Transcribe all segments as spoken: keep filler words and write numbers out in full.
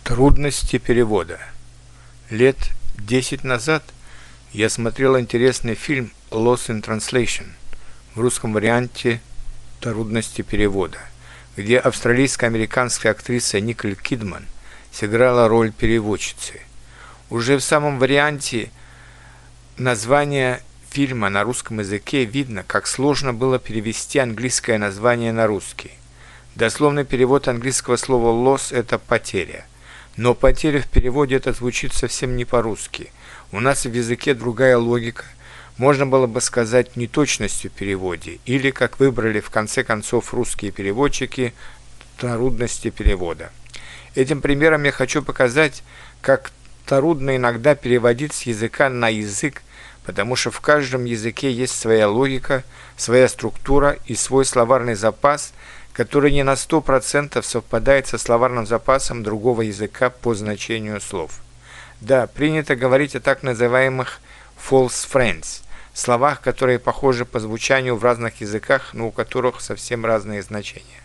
Трудности перевода. Лет десять назад я смотрел интересный фильм «Lost in Translation» в русском варианте «Трудности перевода», где австралийско-американская актриса Николь Кидман сыграла роль переводчицы. Уже в самом варианте названия фильма на русском языке видно, как сложно было перевести английское название на русский. Дословный перевод английского слова «loss» – это «потеря». Но потеря в переводе это звучит совсем не по-русски. У нас в языке другая логика. Можно было бы сказать неточностью в переводе, или, как выбрали в конце концов русские переводчики, трудности перевода. Этим примером я хочу показать, как трудно иногда переводить с языка на язык, потому что в каждом языке есть своя логика, своя структура и свой словарный запас, который не на сто процентов совпадает со словарным запасом другого языка по значению слов. Да, принято говорить о так называемых false friends, словах, которые похожи по звучанию в разных языках, но у которых совсем разные значения.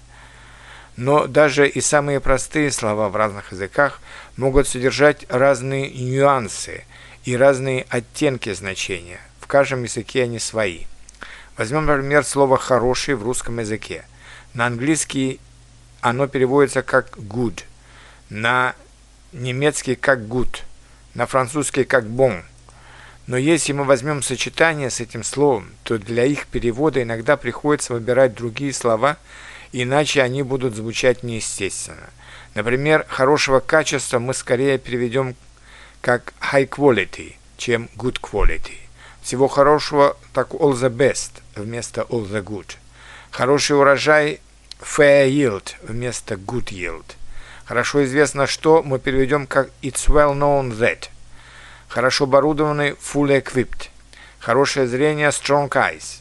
Но даже и самые простые слова в разных языках могут содержать разные нюансы и разные оттенки значения. В каждом языке они свои. Возьмем, например, слово «хороший» в русском языке. На английский оно переводится как good, на немецкий как good, на французский как bon. Но если мы возьмем сочетание с этим словом, то для их перевода иногда приходится выбирать другие слова, иначе они будут звучать неестественно. Например, хорошего качества мы скорее переведем как high quality, чем good quality. Всего хорошего так all the best вместо all the good. Хороший урожай fair yield вместо good yield. Хорошо известно, что мы переведем как it's well known that. Хорошо оборудованный fully equipped. Хорошее зрение strong eyes.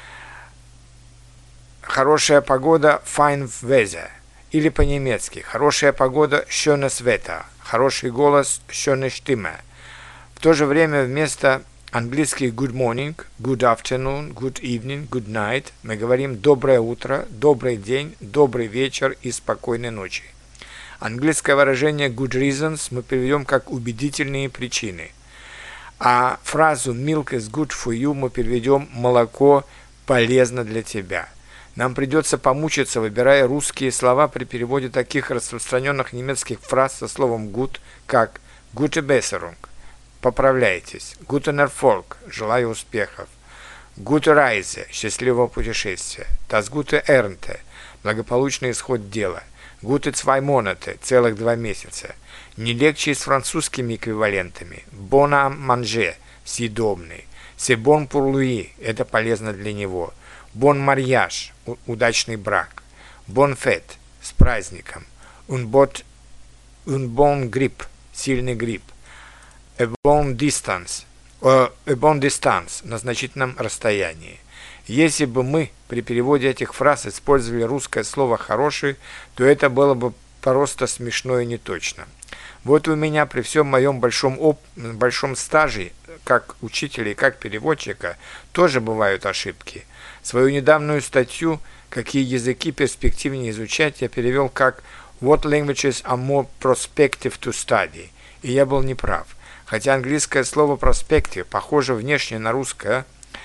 Хорошая погода fine weather. Или по-немецки хорошая погода schönes Wetter. Хороший голос schöne Stimme. В то же время вместо английский good morning, good afternoon, good evening, good night мы говорим доброе утро, добрый день, добрый вечер и спокойной ночи. Английское выражение good reasons мы переведем как убедительные причины. А фразу milk is good for you мы переведем молоко полезно для тебя. Нам придется помучиться, выбирая русские слова при переводе таких распространенных немецких фраз со словом good, как gute Besserung. Поправляйтесь. Guten Erfolg. Желаю успехов. Gute Reise. Счастливого путешествия. Das gute Ernte. Благополучный исход дела. Gute zwei Monate. Целых два месяца. Не легче с французскими эквивалентами. Bon à manger. Съедобный. C'est bon pour lui. Это полезно для него. Bon mariage. Удачный брак. Bon fête. С праздником. Un bon, un bon grip. Сильный грипп. A bon distance, uh, a bon distance на значительном расстоянии. Если бы мы при переводе этих фраз использовали русское слово «хороший», то это было бы просто смешно и неточно. Вот у меня при всем моем большом, оп- большом стаже, как учителя и как переводчика, тоже бывают ошибки. Свою недавнюю статью «Какие языки перспективнее изучать» я перевел как «What languages are more prospective to study?» И я был неправ. Хотя английское слово «prospective» похоже внешне на русское,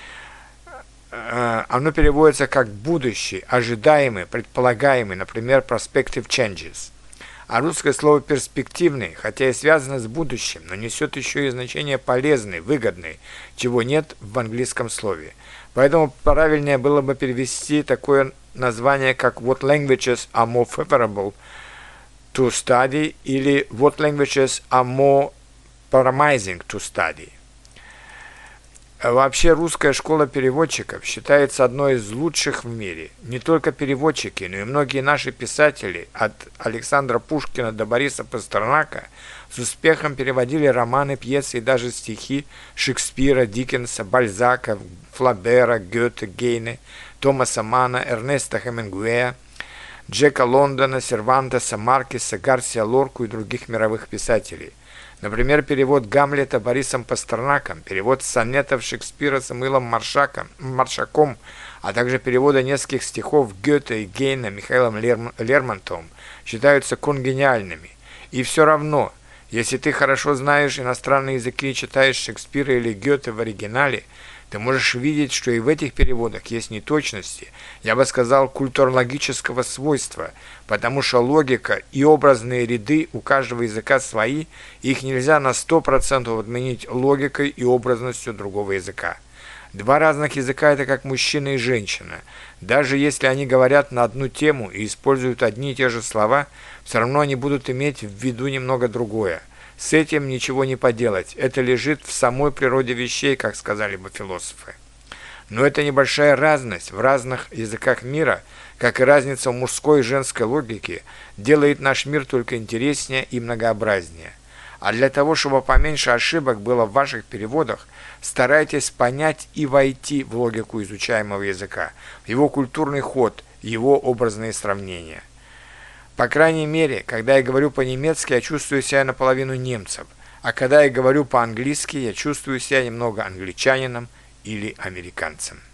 оно переводится как «будущий», «ожидаемый», «предполагаемый», например, «prospective changes». А русское слово «перспективный», хотя и связано с будущим, но несет еще и значение «полезный», «выгодный», чего нет в английском слове. Поэтому правильнее было бы перевести такое название, как «What languages are more favorable to study» или «What languages are more promising to study». Вообще, русская школа переводчиков считается одной из лучших в мире. Не только переводчики, но и многие наши писатели, от Александра Пушкина до Бориса Пастернака, с успехом переводили романы, пьесы и даже стихи Шекспира, Диккенса, Бальзака, Флабера, Гёте, Гейне, Томаса Манна, Эрнеста Хемингуэя, Джека Лондона, Сервантеса, Маркеса, Гарсия Лорку и других мировых писателей. Например, перевод Гамлета Борисом Пастернаком, перевод сонетов Шекспира Самуилом Маршаком, Маршаком, а также переводы нескольких стихов Гёте и Гейна Михаилом Лермонтовым считаются конгениальными. И все равно, если ты хорошо знаешь иностранные языки и читаешь Шекспира или Гёте в оригинале, ты можешь видеть, что и в этих переводах есть неточности, я бы сказал, культурологического свойства, потому что логика и образные ряды у каждого языка свои, их нельзя на сто процентов отменить логикой и образностью другого языка. Два разных языка – это как мужчина и женщина. Даже если они говорят на одну тему и используют одни и те же слова, все равно они будут иметь в виду немного другое. С этим ничего не поделать, это лежит в самой природе вещей, как сказали бы философы. Но эта небольшая разность в разных языках мира, как и разница в мужской и женской логике, делает наш мир только интереснее и многообразнее. А для того, чтобы поменьше ошибок было в ваших переводах, старайтесь понять и войти в логику изучаемого языка, его культурный ход, его образные сравнения. По крайней мере, когда я говорю по-немецки, я чувствую себя наполовину немцем, а когда я говорю по-английски, я чувствую себя немного англичанином или американцем.